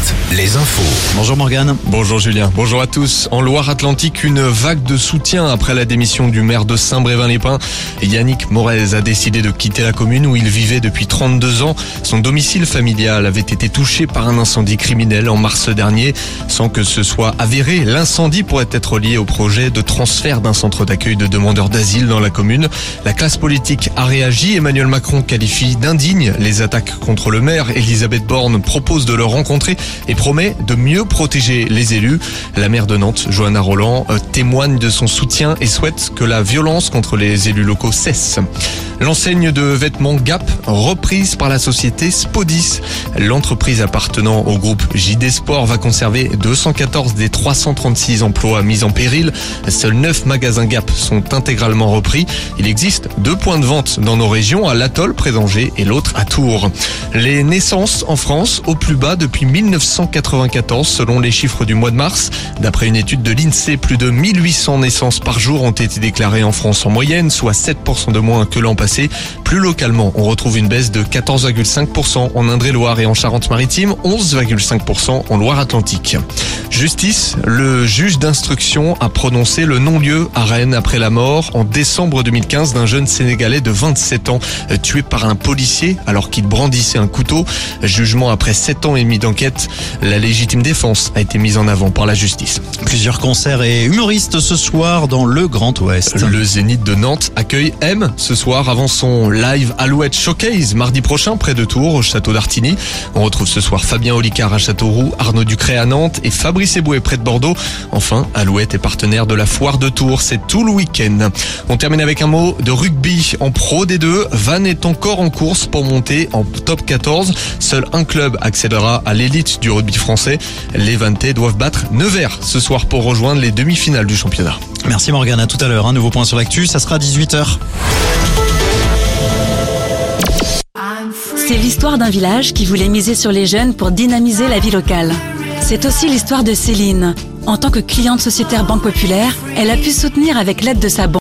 Ouest, les infos. Bonjour Morgane. Bonjour Julien, bonjour à tous. En Loire-Atlantique, une vague de soutien après la démission du maire de Saint-Brévin-les-Pins. Yannick Morez a décidé de quitter la commune où il vivait depuis 32 ans. Son domicile familial avait été touché par un incendie criminel en mars dernier. Sans que ce soit avéré, l'incendie pourrait être lié au projet de transfert d'un centre d'accueil de demandeurs d'asile dans la commune. La classe politique a réagi. Emmanuel Macron qualifie d'indignes les attaques contre le maire. Elisabeth Borne propose de le rencontrer et promet de mieux protéger les élus. La maire de Nantes, Johanna Rolland, témoigne de son soutien et souhaite que la violence contre les élus locaux cesse. L'enseigne de vêtements Gap, reprise par la société Spodis. L'entreprise appartenant au groupe JD Sport va conserver 214 des 336 emplois mis en péril. Seuls 9 magasins Gap sont intégralement repris. Il existe 2 points de vente dans nos régions, à l'Atoll près d'Angers et l'autre à Tours. Les naissances en France au plus bas depuis 1994 selon les chiffres du mois de mars. D'après une étude de l'INSEE, plus de 1800 naissances par jour ont été déclarées en France en moyenne, soit 7% de moins que l'an passé. Plus localement, on retrouve une baisse de 14,5% en Indre-et-Loire et en Charente-Maritime, 11,5% en Loire-Atlantique. Justice, le juge d'instruction a prononcé le non-lieu à Rennes après la mort en décembre 2015 d'un jeune Sénégalais de 27 ans tué par un policier alors qu'il brandissait un couteau. Jugement après 7 ans et demi d'enquête. La légitime défense a été mise en avant par la justice. Plusieurs concerts et humoristes ce soir dans le Grand Ouest. Le Zénith de Nantes accueille M ce soir avant son live Alouette Showcase mardi prochain près de Tours au château d'Artigny. On retrouve ce soir Fabien Olicard à Châteauroux, Arnaud Ducré à Nantes et Fabrice Eboué près de Bordeaux. Enfin, Alouette est partenaire de la foire de Tours, c'est tout le week-end. On termine avec un mot de rugby en Pro D2. Vannes est encore en course pour monter en top 14. Seul un club accédera à l'élite du rugby français. Les Vannetais doivent battre Nevers ce soir pour rejoindre les demi-finales du championnat. Merci Morgane, à tout à l'heure. Un nouveau point sur l'actu, ça sera à 18h. C'est l'histoire d'un village qui voulait miser sur les jeunes pour dynamiser la vie locale. C'est aussi l'histoire de Céline. En tant que cliente sociétaire Banque Populaire, elle a pu soutenir avec l'aide de sa banque